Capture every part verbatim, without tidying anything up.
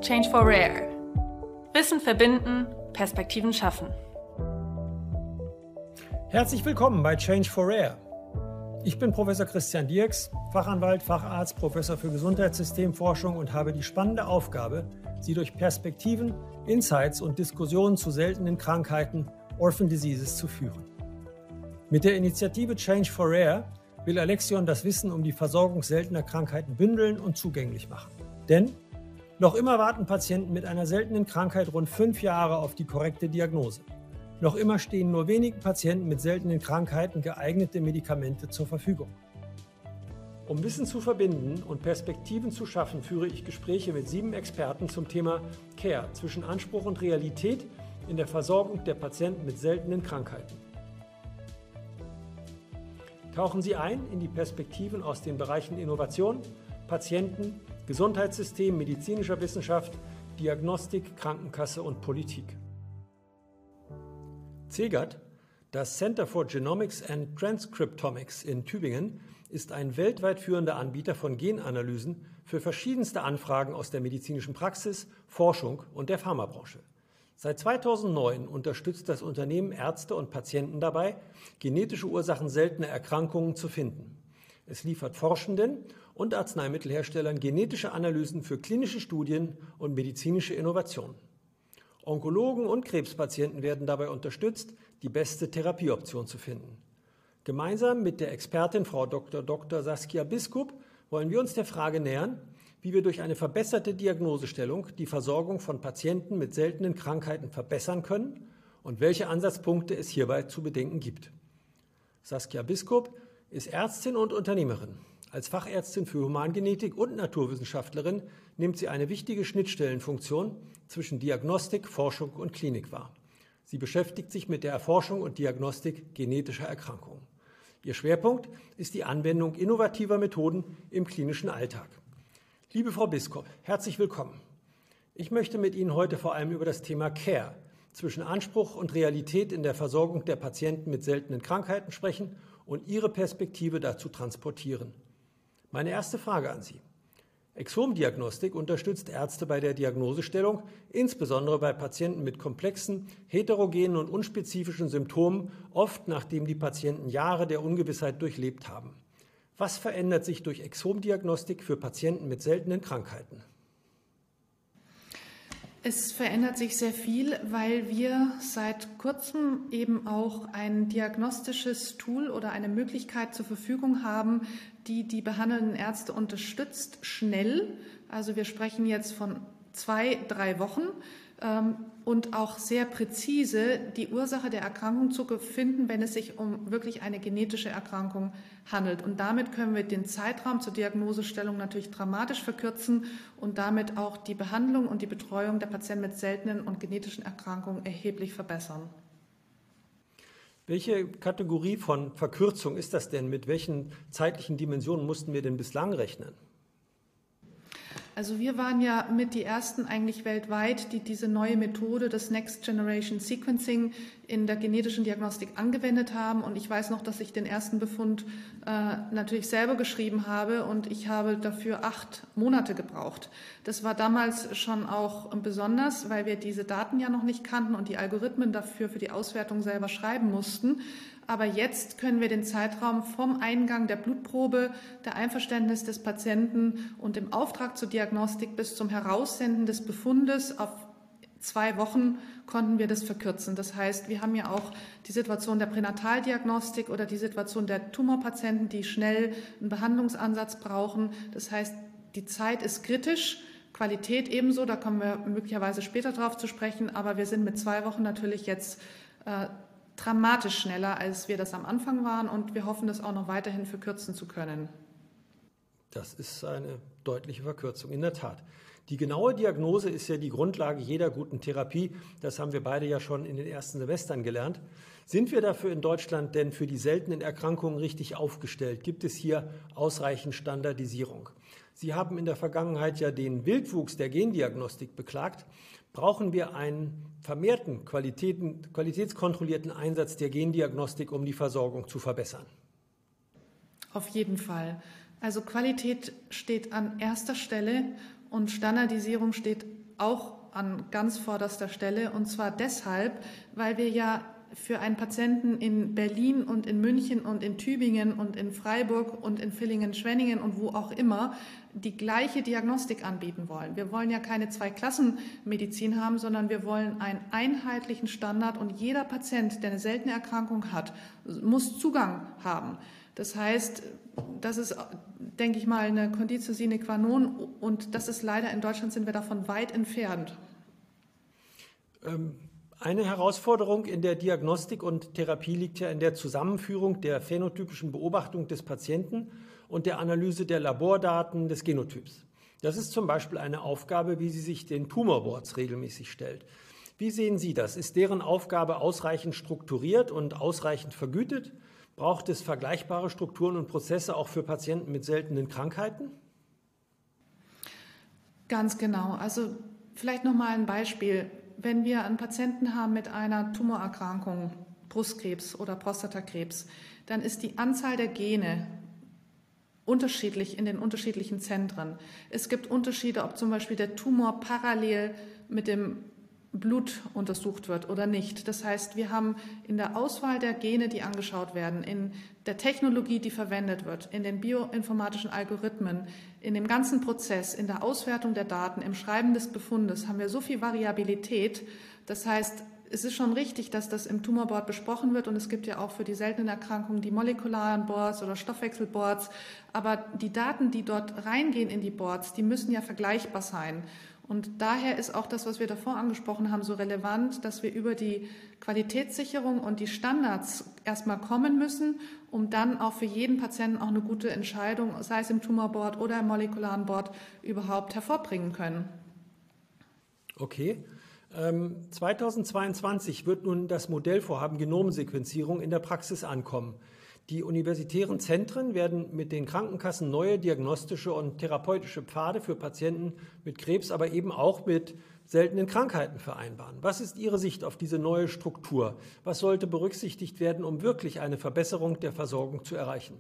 Change for Rare. Wissen verbinden, Perspektiven schaffen. Herzlich willkommen bei Change for Rare. Ich bin Professor Christian Dierks, Fachanwalt, Facharzt, Professor für Gesundheitssystemforschung und habe die spannende Aufgabe, Sie durch Perspektiven, Insights und Diskussionen zu seltenen Krankheiten, Orphan Diseases, zu führen. Mit der Initiative Change for Rare will Alexion das Wissen um die Versorgung seltener Krankheiten bündeln und zugänglich machen. Denn noch immer warten Patienten mit einer seltenen Krankheit rund fünf Jahre auf die korrekte Diagnose. Noch immer stehen nur wenigen Patienten mit seltenen Krankheiten geeignete Medikamente zur Verfügung. Um Wissen zu verbinden und Perspektiven zu schaffen, führe ich Gespräche mit sieben Experten zum Thema Care zwischen Anspruch und Realität in der Versorgung der Patienten mit seltenen Krankheiten. Tauchen Sie ein in die Perspektiven aus den Bereichen Innovation, Patienten, Gesundheitssystem, medizinischer Wissenschaft, Diagnostik, Krankenkasse und Politik. CEGAT, das Center for Genomics and Transcriptomics in Tübingen, ist ein weltweit führender Anbieter von Genanalysen für verschiedenste Anfragen aus der medizinischen Praxis, Forschung und der Pharmabranche. Seit zweitausendneun unterstützt das Unternehmen Ärzte und Patienten dabei, genetische Ursachen seltener Erkrankungen zu finden. Es liefert Forschenden und Arzneimittelherstellern genetische Analysen für klinische Studien und medizinische Innovationen. Onkologen und Krebspatienten werden dabei unterstützt, die beste Therapieoption zu finden. Gemeinsam mit der Expertin Frau Doktor Doktor Saskia Biskup wollen wir uns der Frage nähern, wie wir durch eine verbesserte Diagnosestellung die Versorgung von Patienten mit seltenen Krankheiten verbessern können und welche Ansatzpunkte es hierbei zu bedenken gibt. Saskia Biskup ist Ärztin und Unternehmerin. Als Fachärztin für Humangenetik und Naturwissenschaftlerin nimmt sie eine wichtige Schnittstellenfunktion zwischen Diagnostik, Forschung und Klinik wahr. Sie beschäftigt sich mit der Erforschung und Diagnostik genetischer Erkrankungen. Ihr Schwerpunkt ist die Anwendung innovativer Methoden im klinischen Alltag. Liebe Frau Biskup, herzlich willkommen. Ich möchte mit Ihnen heute vor allem über das Thema Care zwischen Anspruch und Realität in der Versorgung der Patienten mit seltenen Krankheiten sprechen und Ihre Perspektive dazu transportieren. Meine erste Frage an Sie. Exomdiagnostik unterstützt Ärzte bei der Diagnosestellung, insbesondere bei Patienten mit komplexen, heterogenen und unspezifischen Symptomen, oft nachdem die Patienten Jahre der Ungewissheit durchlebt haben. Was verändert sich durch Exomdiagnostik für Patienten mit seltenen Krankheiten? Es verändert sich sehr viel, weil wir seit kurzem eben auch ein diagnostisches Tool oder eine Möglichkeit zur Verfügung haben, die die behandelnden Ärzte unterstützt, schnell. Also wir sprechen jetzt von zwei, drei Wochen ähm, und auch sehr präzise die Ursache der Erkrankung zu finden, wenn es sich um wirklich eine genetische Erkrankung handelt. Und damit können wir den Zeitraum zur Diagnosestellung natürlich dramatisch verkürzen und damit auch die Behandlung und die Betreuung der Patienten mit seltenen und genetischen Erkrankungen erheblich verbessern. Welche Kategorie von Verkürzung ist das denn? Mit welchen zeitlichen Dimensionen mussten wir denn bislang rechnen? Also wir waren ja mit die ersten eigentlich weltweit, die diese neue Methode des Next Generation Sequencing in der genetischen Diagnostik angewendet haben. Und ich weiß noch, dass ich den ersten Befund äh, natürlich selber geschrieben habe und ich habe dafür acht Monate gebraucht. Das war damals schon auch besonders, weil wir diese Daten ja noch nicht kannten und die Algorithmen dafür für die Auswertung selber schreiben mussten. Aber jetzt können wir den Zeitraum vom Eingang der Blutprobe, der Einverständnis des Patienten und dem Auftrag zur Diagnostik bis zum Heraussenden des Befundes auf zwei Wochen konnten wir das verkürzen. Das heißt, wir haben ja auch die Situation der Pränataldiagnostik oder die Situation der Tumorpatienten, die schnell einen Behandlungsansatz brauchen. Das heißt, die Zeit ist kritisch. Qualität ebenso, da kommen wir möglicherweise später drauf zu sprechen. Aber wir sind mit zwei Wochen natürlich jetzt äh, dramatisch schneller, als wir das am Anfang waren und wir hoffen, das auch noch weiterhin verkürzen zu können. Das ist eine deutliche Verkürzung, in der Tat. Die genaue Diagnose ist ja die Grundlage jeder guten Therapie. Das haben wir beide ja schon in den ersten Semestern gelernt. Sind wir dafür in Deutschland denn für die seltenen Erkrankungen richtig aufgestellt? Gibt es hier ausreichend Standardisierung? Sie haben in der Vergangenheit ja den Wildwuchs der Gendiagnostik beklagt. Brauchen wir einen vermehrten, qualitätskontrollierten Einsatz der Gendiagnostik, um die Versorgung zu verbessern? Auf jeden Fall. Also Qualität steht an erster Stelle und Standardisierung steht auch an ganz vorderster Stelle. Und zwar deshalb, weil wir ja für einen Patienten in Berlin und in München und in Tübingen und in Freiburg und in Villingen-Schwenningen und wo auch immer die gleiche Diagnostik anbieten wollen. Wir wollen ja keine Zweiklassenmedizin haben, sondern wir wollen einen einheitlichen Standard und jeder Patient, der eine seltene Erkrankung hat, muss Zugang haben. Das heißt, das ist, denke ich mal, eine Conditio sine qua non und das ist leider in Deutschland sind wir davon weit entfernt. Ähm Eine Herausforderung in der Diagnostik und Therapie liegt ja in der Zusammenführung der phänotypischen Beobachtung des Patienten und der Analyse der Labordaten des Genotyps. Das ist zum Beispiel eine Aufgabe, wie sie sich den Tumorboards regelmäßig stellt. Wie sehen Sie das? Ist deren Aufgabe ausreichend strukturiert und ausreichend vergütet? Braucht es vergleichbare Strukturen und Prozesse auch für Patienten mit seltenen Krankheiten? Ganz genau. Also vielleicht noch mal ein Beispiel. Wenn wir einen Patienten haben mit einer Tumorerkrankung, Brustkrebs oder Prostatakrebs, dann ist die Anzahl der Gene unterschiedlich in den unterschiedlichen Zentren. Es gibt Unterschiede, ob zum Beispiel der Tumor parallel mit dem Blut untersucht wird oder nicht. Das heißt, wir haben in der Auswahl der Gene, die angeschaut werden, in der Technologie, die verwendet wird, in den bioinformatischen Algorithmen, in dem ganzen Prozess, in der Auswertung der Daten, im Schreiben des Befundes, haben wir so viel Variabilität. Das heißt, es ist schon richtig, dass das im Tumorboard besprochen wird und es gibt ja auch für die seltenen Erkrankungen die molekularen Boards oder Stoffwechselboards. Aber die Daten, die dort reingehen in die Boards, die müssen ja vergleichbar sein. Und daher ist auch das, was wir davor angesprochen haben, so relevant, dass wir über die Qualitätssicherung und die Standards erstmal kommen müssen, um dann auch für jeden Patienten auch eine gute Entscheidung, sei es im Tumorboard oder im molekularen Board, überhaupt hervorbringen können. Okay. Ähm, zweitausendzweiundzwanzig wird nun das Modellvorhaben Genomsequenzierung in der Praxis ankommen. Die universitären Zentren werden mit den Krankenkassen neue diagnostische und therapeutische Pfade für Patienten mit Krebs, aber eben auch mit seltenen Krankheiten vereinbaren. Was ist Ihre Sicht auf diese neue Struktur? Was sollte berücksichtigt werden, um wirklich eine Verbesserung der Versorgung zu erreichen?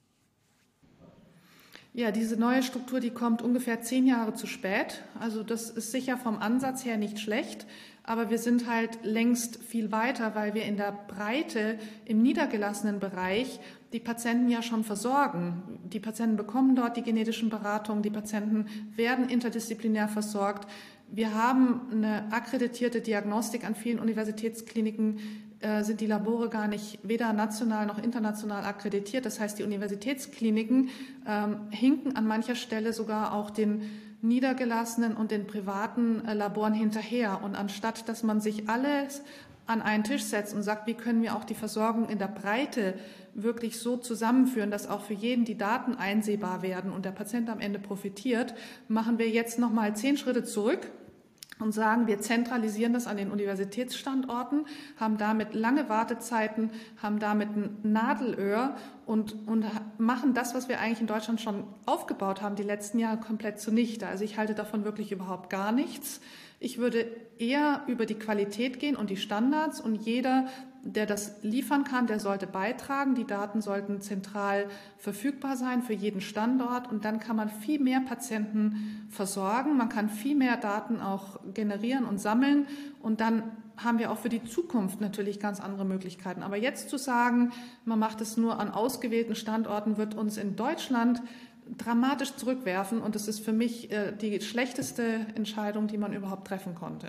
Ja, diese neue Struktur, die kommt ungefähr zehn Jahre zu spät. Also das ist sicher vom Ansatz her nicht schlecht, aber wir sind halt längst viel weiter, weil wir in der Breite im niedergelassenen Bereich die Patienten ja schon versorgen. Die Patienten bekommen dort die genetischen Beratungen, die Patienten werden interdisziplinär versorgt. Wir haben eine akkreditierte Diagnostik an vielen Universitätskliniken, äh, sind die Labore gar nicht weder national noch international akkreditiert. Das heißt, die Universitätskliniken ähm, hinken an mancher Stelle sogar auch den niedergelassenen und den privaten äh, Laboren hinterher. Und anstatt, dass man sich alles an einen Tisch setzt und sagt, wie können wir auch die Versorgung in der Breite wirklich so zusammenführen, dass auch für jeden die Daten einsehbar werden und der Patient am Ende profitiert, machen wir jetzt noch mal zehn Schritte zurück und sagen, wir zentralisieren das an den Universitätsstandorten, haben damit lange Wartezeiten, haben damit ein Nadelöhr und, und machen das, was wir eigentlich in Deutschland schon aufgebaut haben, die letzten Jahre komplett zunichte. Also ich halte davon wirklich überhaupt gar nichts. Ich würde eher über die Qualität gehen und die Standards und jeder, der das liefern kann, der sollte beitragen. Die Daten sollten zentral verfügbar sein für jeden Standort und dann kann man viel mehr Patienten versorgen. Man kann viel mehr Daten auch generieren und sammeln und dann haben wir auch für die Zukunft natürlich ganz andere Möglichkeiten. Aber jetzt zu sagen, man macht es nur an ausgewählten Standorten, wird uns in Deutschland dramatisch zurückwerfen und das ist für mich äh, die schlechteste Entscheidung, die man überhaupt treffen konnte.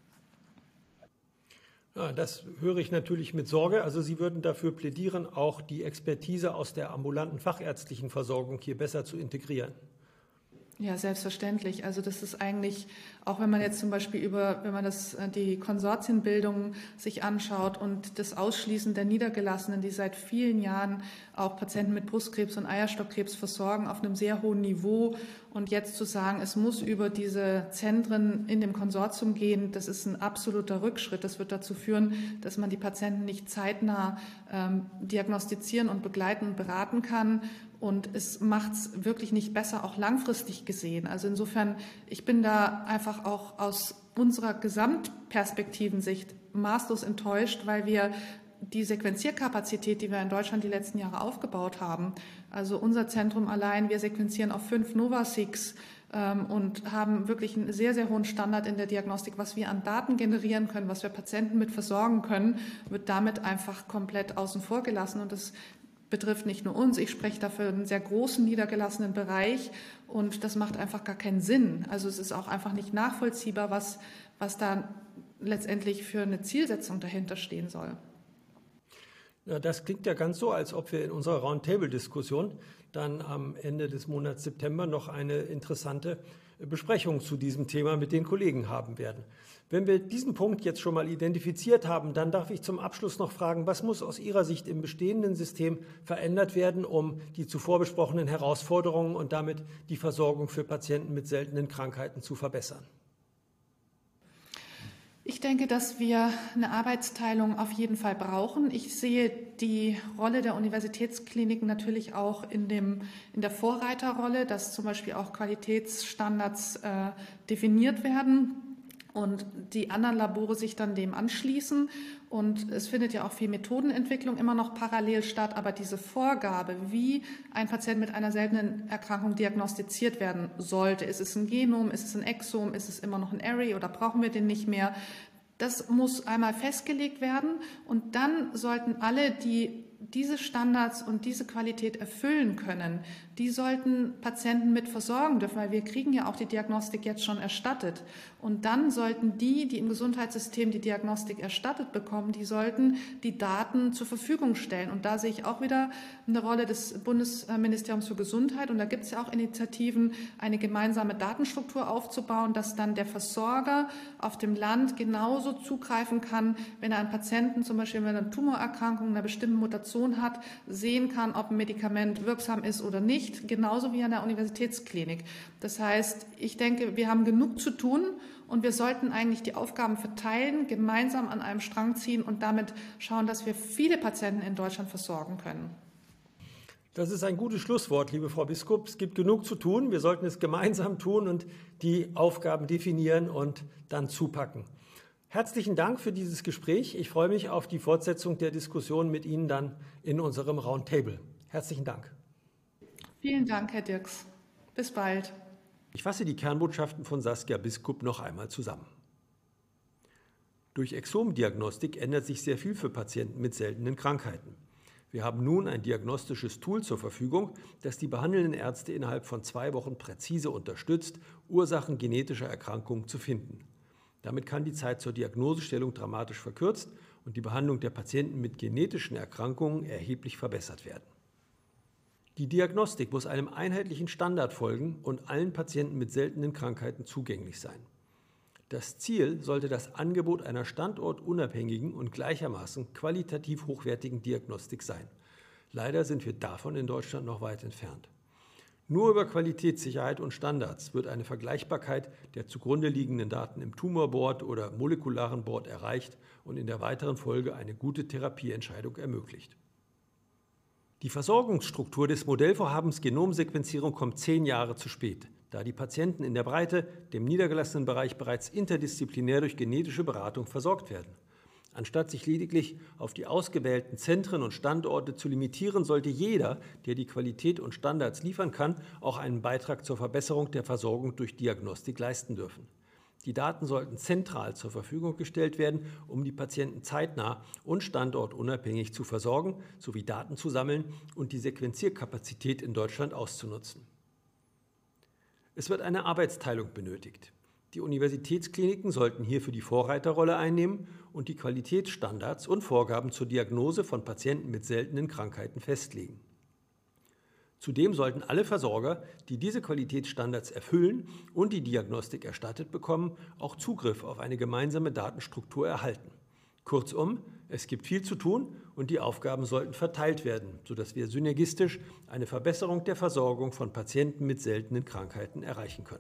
Ja, das höre ich natürlich mit Sorge. Also Sie würden dafür plädieren, auch die Expertise aus der ambulanten fachärztlichen Versorgung hier besser zu integrieren. Ja, selbstverständlich. Also das ist eigentlich, auch wenn man jetzt zum Beispiel über, wenn man das, die Konsortienbildung sich anschaut und das Ausschließen der Niedergelassenen, die seit vielen Jahren auch Patienten mit Brustkrebs und Eierstockkrebs versorgen auf einem sehr hohen Niveau und jetzt zu sagen, es muss über diese Zentren in dem Konsortium gehen, das ist ein absoluter Rückschritt. Das wird dazu führen, dass man die Patienten nicht zeitnah ähm, diagnostizieren und begleiten und beraten kann. Und es macht es wirklich nicht besser, auch langfristig gesehen. Also insofern, ich bin da einfach auch aus unserer Gesamtperspektivensicht maßlos enttäuscht, weil wir die Sequenzierkapazität, die wir in Deutschland die letzten Jahre aufgebaut haben, also unser Zentrum allein, wir sequenzieren auf fünf NovaSeqs ähm, und haben wirklich einen sehr, sehr hohen Standard in der Diagnostik. Was wir an Daten generieren können, was wir Patienten mit versorgen können, wird damit einfach komplett außen vor gelassen. Und das betrifft nicht nur uns. Ich spreche dafür einen sehr großen niedergelassenen Bereich und das macht einfach gar keinen Sinn. Also es ist auch einfach nicht nachvollziehbar, was, was da letztendlich für eine Zielsetzung dahinter stehen soll. Ja, das klingt ja ganz so, als ob wir in unserer Roundtable-Diskussion dann am Ende des Monats September noch eine interessante Besprechung zu diesem Thema mit den Kollegen haben werden. Wenn wir diesen Punkt jetzt schon mal identifiziert haben, dann darf ich zum Abschluss noch fragen, was muss aus Ihrer Sicht im bestehenden System verändert werden, um die zuvor besprochenen Herausforderungen und damit die Versorgung für Patienten mit seltenen Krankheiten zu verbessern? Ich denke, dass wir eine Arbeitsteilung auf jeden Fall brauchen. Ich sehe die Rolle der Universitätskliniken natürlich auch in, dem, in der Vorreiterrolle, dass zum Beispiel auch Qualitätsstandards äh, definiert werden und die anderen Labore sich dann dem anschließen. Und es findet ja auch viel Methodenentwicklung immer noch parallel statt. Aber diese Vorgabe, wie ein Patient mit einer seltenen Erkrankung diagnostiziert werden sollte, ist es ein Genom, ist es ein Exom, ist es immer noch ein Array oder brauchen wir den nicht mehr, das muss einmal festgelegt werden. Und dann sollten alle, die diese Standards und diese Qualität erfüllen können, die sollten Patienten mit versorgen dürfen, weil wir kriegen ja auch die Diagnostik jetzt schon erstattet. Und dann sollten die, die im Gesundheitssystem die Diagnostik erstattet bekommen, die sollten die Daten zur Verfügung stellen. Und da sehe ich auch wieder eine Rolle des Bundesministeriums für Gesundheit. Und da gibt es ja auch Initiativen, eine gemeinsame Datenstruktur aufzubauen, dass dann der Versorger auf dem Land genauso zugreifen kann, wenn er einen Patienten zum Beispiel mit einer Tumorerkrankung, einer bestimmten Mutation hat, sehen kann, ob ein Medikament wirksam ist oder nicht, genauso wie an der Universitätsklinik. Das heißt, ich denke, wir haben genug zu tun und wir sollten eigentlich die Aufgaben verteilen, gemeinsam an einem Strang ziehen und damit schauen, dass wir viele Patienten in Deutschland versorgen können. Das ist ein gutes Schlusswort, liebe Frau Biskup. Es gibt genug zu tun. Wir sollten es gemeinsam tun und die Aufgaben definieren und dann zupacken. Herzlichen Dank für dieses Gespräch. Ich freue mich auf die Fortsetzung der Diskussion mit Ihnen dann in unserem Roundtable. Herzlichen Dank. Vielen Dank, Herr Dirks. Bis bald. Ich fasse die Kernbotschaften von Saskia Biskup noch einmal zusammen. Durch Exomdiagnostik ändert sich sehr viel für Patienten mit seltenen Krankheiten. Wir haben nun ein diagnostisches Tool zur Verfügung, das die behandelnden Ärzte innerhalb von zwei Wochen präzise unterstützt, Ursachen genetischer Erkrankungen zu finden. Damit kann die Zeit zur Diagnosestellung dramatisch verkürzt und die Behandlung der Patienten mit genetischen Erkrankungen erheblich verbessert werden. Die Diagnostik muss einem einheitlichen Standard folgen und allen Patienten mit seltenen Krankheiten zugänglich sein. Das Ziel sollte das Angebot einer standortunabhängigen und gleichermaßen qualitativ hochwertigen Diagnostik sein. Leider sind wir davon in Deutschland noch weit entfernt. Nur über Qualitätssicherheit und Standards wird eine Vergleichbarkeit der zugrunde liegenden Daten im Tumorboard oder molekularen Board erreicht und in der weiteren Folge eine gute Therapieentscheidung ermöglicht. Die Versorgungsstruktur des Modellvorhabens Genomsequenzierung kommt zehn Jahre zu spät, da die Patienten in der Breite, dem niedergelassenen Bereich bereits interdisziplinär durch genetische Beratung versorgt werden. Anstatt sich lediglich auf die ausgewählten Zentren und Standorte zu limitieren, sollte jeder, der die Qualität und Standards liefern kann, auch einen Beitrag zur Verbesserung der Versorgung durch Diagnostik leisten dürfen. Die Daten sollten zentral zur Verfügung gestellt werden, um die Patienten zeitnah und standortunabhängig zu versorgen, sowie Daten zu sammeln und die Sequenzierkapazität in Deutschland auszunutzen. Es wird eine Arbeitsteilung benötigt. Die Universitätskliniken sollten hierfür die Vorreiterrolle einnehmen und die Qualitätsstandards und Vorgaben zur Diagnose von Patienten mit seltenen Krankheiten festlegen. Zudem sollten alle Versorger, die diese Qualitätsstandards erfüllen und die Diagnostik erstattet bekommen, auch Zugriff auf eine gemeinsame Datenstruktur erhalten. Kurzum, es gibt viel zu tun und die Aufgaben sollten verteilt werden, sodass wir synergistisch eine Verbesserung der Versorgung von Patienten mit seltenen Krankheiten erreichen können.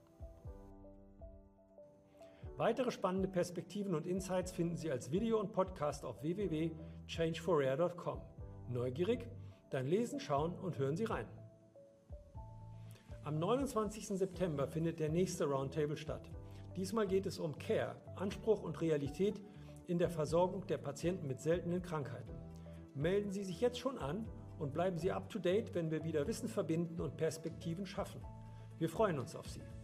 Weitere spannende Perspektiven und Insights finden Sie als Video und Podcast auf w w w punkt change for rare punkt com. Neugierig? Dann lesen, schauen und hören Sie rein. Am neunundzwanzigsten September findet der nächste Roundtable statt. Diesmal geht es um Care, Anspruch und Realität in der Versorgung der Patienten mit seltenen Krankheiten. Melden Sie sich jetzt schon an und bleiben Sie up to date, wenn wir wieder Wissen verbinden und Perspektiven schaffen. Wir freuen uns auf Sie.